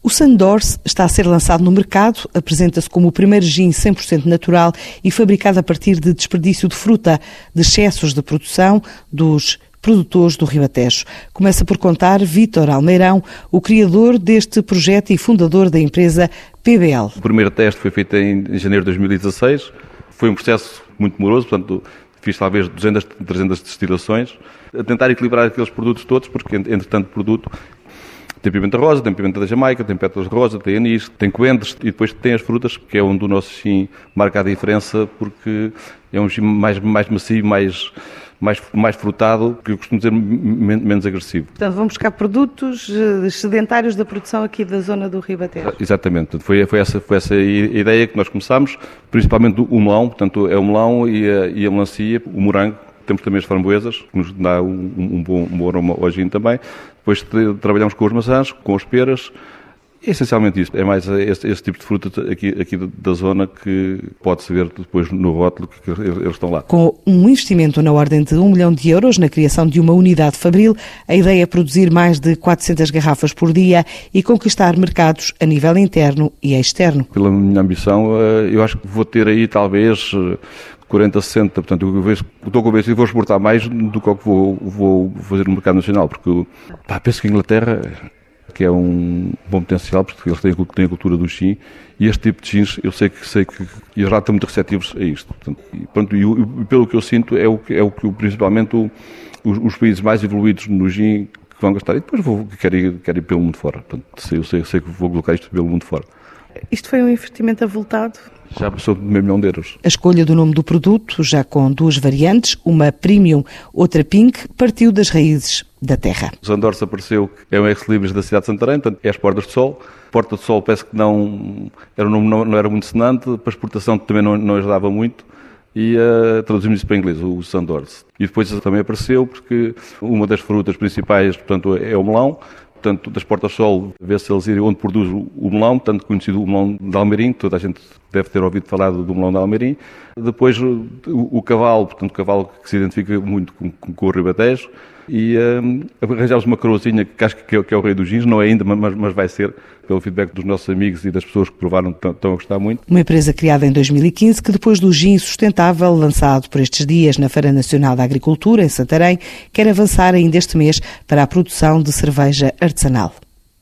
O Sandors está a ser lançado no mercado, apresenta-se como o primeiro gin 100% natural e fabricado a partir de desperdício de fruta, de excessos de produção dos produtores do Ribatejo. Começa por contar Vítor Almeirão, o criador deste projeto e fundador da empresa PBL. O primeiro teste foi feito em janeiro de 2016. Foi um processo muito demoroso, portanto, fiz talvez 200, 300 destilações, a tentar equilibrar aqueles produtos todos, porque, entretanto, produto tem pimenta rosa, tem pimenta da Jamaica, tem pétalas de rosa, tem anis, tem coentros e depois tem as frutas, que é onde o nosso gin marca a diferença, porque é um gin mais macio, mais frutado, que eu costumo dizer menos agressivo. Portanto, vão buscar produtos sedentários da produção aqui da zona do Ribatejo. Exatamente. Foi essa a ideia que nós começámos, principalmente o melão, portanto é o melão e a melancia, o morango. Temos também as framboesas, que nos dá um bom aroma ao gin também. Depois trabalhamos com as maçãs, com as peras. É essencialmente isso. É mais esse tipo de fruta aqui da zona que pode-se ver depois no rótulo que eles estão lá. Com um investimento na ordem de 1 milhão de euros na criação de uma unidade fabril, a ideia é produzir mais de 400 garrafas por dia e conquistar mercados a nível interno e externo. Pela minha ambição, eu acho que vou ter aí talvez 40, 60, portanto, eu estou convencido que vou exportar mais do que o que vou fazer no mercado nacional, porque penso que a Inglaterra, que é um bom potencial, porque eles têm a cultura do gin, e este tipo de gins eu sei que eles lá estão muito receptivos a isto. Portanto, e pelo que eu sinto, é o que principalmente os países mais evoluídos no gin que vão gastar, e depois quero ir pelo mundo fora. Portanto, eu sei que vou colocar isto pelo mundo fora. Isto foi um investimento avultado? Já passou de meio milhão de euros. A escolha do nome do produto, já com duas variantes, uma premium, outra pink, partiu das raízes da terra. O Sandors apareceu, é um ex-libris da cidade de Santarém, portanto é as Portas do Sol. Porta do Sol parece que não era um nome não era muito sonante, para a exportação também não ajudava muito, e traduzimos isso para inglês, o Sandors. E depois também apareceu porque uma das frutas principais, portanto, é o melão. Portanto, das Portas do Sol, vê-se eles irem onde produz o melão, tanto conhecido o melão de Almeirim, toda a gente deve ter ouvido falar do melão de Almeirim. Depois o cavalo, portanto, o cavalo que se identifica muito com o Ribatejo. E arranjámos uma coroazinha que acho que é o rei dos gins, não é ainda, mas vai ser, pelo feedback dos nossos amigos e das pessoas que provaram, estão a gostar muito. Uma empresa criada em 2015 que depois do gin sustentável, lançado por estes dias na Feira Nacional da Agricultura, em Santarém, quer avançar ainda este mês para a produção de cerveja artesanal.